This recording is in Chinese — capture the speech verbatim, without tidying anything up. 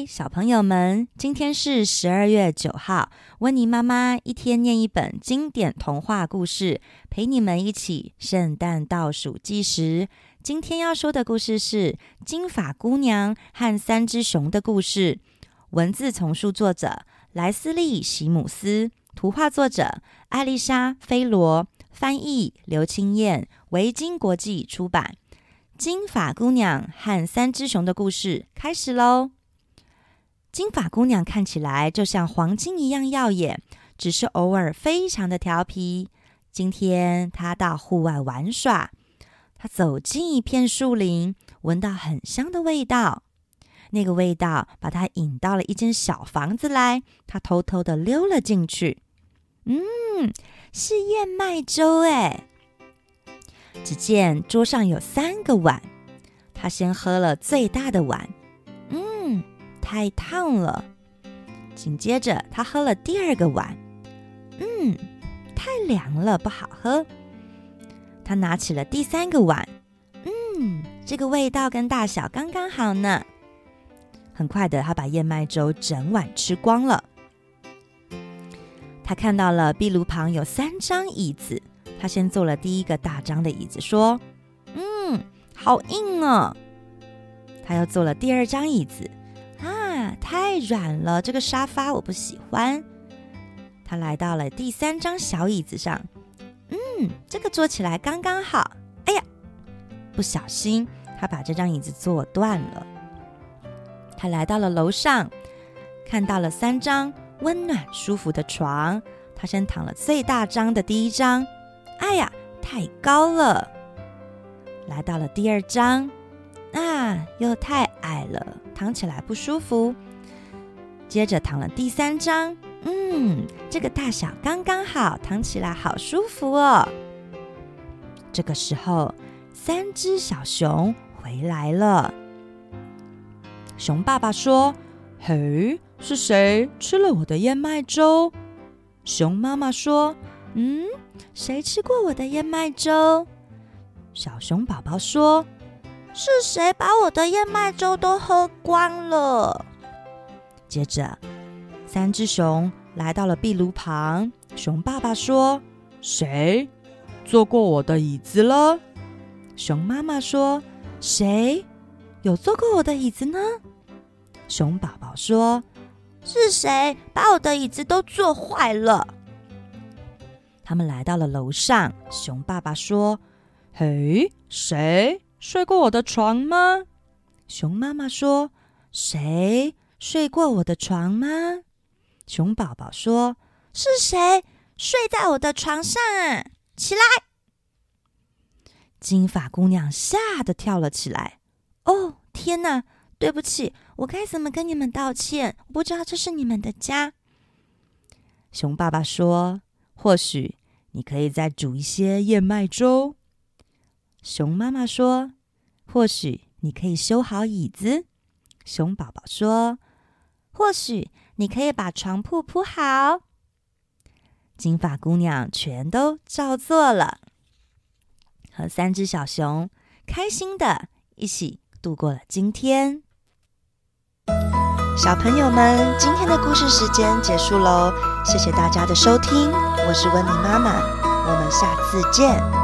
嗨，小朋友们，今天是十二月九号，温妮妈妈一天念一本经典童话故事，陪你们一起圣诞倒数计时。今天要说的故事是金发姑娘和三只熊的故事，文字丛书作者莱斯利·席姆斯，图画作者艾丽莎·菲罗，翻译刘清燕，维京国际出版。金发姑娘和三只熊的故事开始咯。金发姑娘看起来就像黄金一样耀眼，只是偶尔非常的调皮。今天她到户外玩耍，她走进一片树林，闻到很香的味道。那个味道把她引到了一间小房子来，她偷偷的溜了进去。嗯，是燕麦粥哎！只见桌上有三个碗，她先喝了最大的碗，嗯，太烫了。紧接着她喝了第二个碗，嗯，太凉了，不好喝。她拿起了第三个碗，嗯，这个味道跟大小刚刚好呢。很快的，她把燕麦粥整碗吃光了。她看到了壁炉旁有三张椅子，她先坐了第一个大张的椅子，说：嗯，好硬哦。她又坐了第二张椅子，啊，太软了，这个沙发我不喜欢。她来到了第三张小椅子上，嗯，这个坐起来刚刚好。哎呀，不小心她把这张椅子坐断了。她来到了楼上，看到了三张温暖舒服的床，她先躺了最大张的第一张，哎呀，太高了。来到了第二张，啊，又太矮了，躺起来不舒服。接着躺了第三张，嗯，这个大小刚刚好，躺起来好舒服哦。这个时候，三只小熊回来了。熊爸爸说：嘿，是谁吃了我的燕麦粥？熊妈妈说：嗯，谁吃过我的燕麦粥？小熊宝宝说：是谁把我的燕麦粥都喝光了？接着，三只熊来到了壁炉旁。熊爸爸说：谁坐过我的椅子了？熊妈妈说：谁有坐过我的椅子呢？熊宝宝说：是谁把我的椅子都坐坏了？他们来到了楼上。熊爸爸说：嘿，谁睡过我的床吗？熊妈妈说：谁睡过我的床吗？熊宝宝说：是谁睡在我的床上啊？起来！金发姑娘吓得跳了起来。哦，天哪，对不起，我该怎么跟你们道歉？我不知道这是你们的家。熊爸爸说：或许你可以再煮一些燕麦粥。熊妈妈说：或许你可以修好椅子。熊宝宝说：或许你可以把床铺铺好。金发姑娘全都照做了，和三只小熊开心的一起度过了今天。小朋友们，今天的故事时间结束喽，谢谢大家的收听，我是温妮妈妈，我们下次见。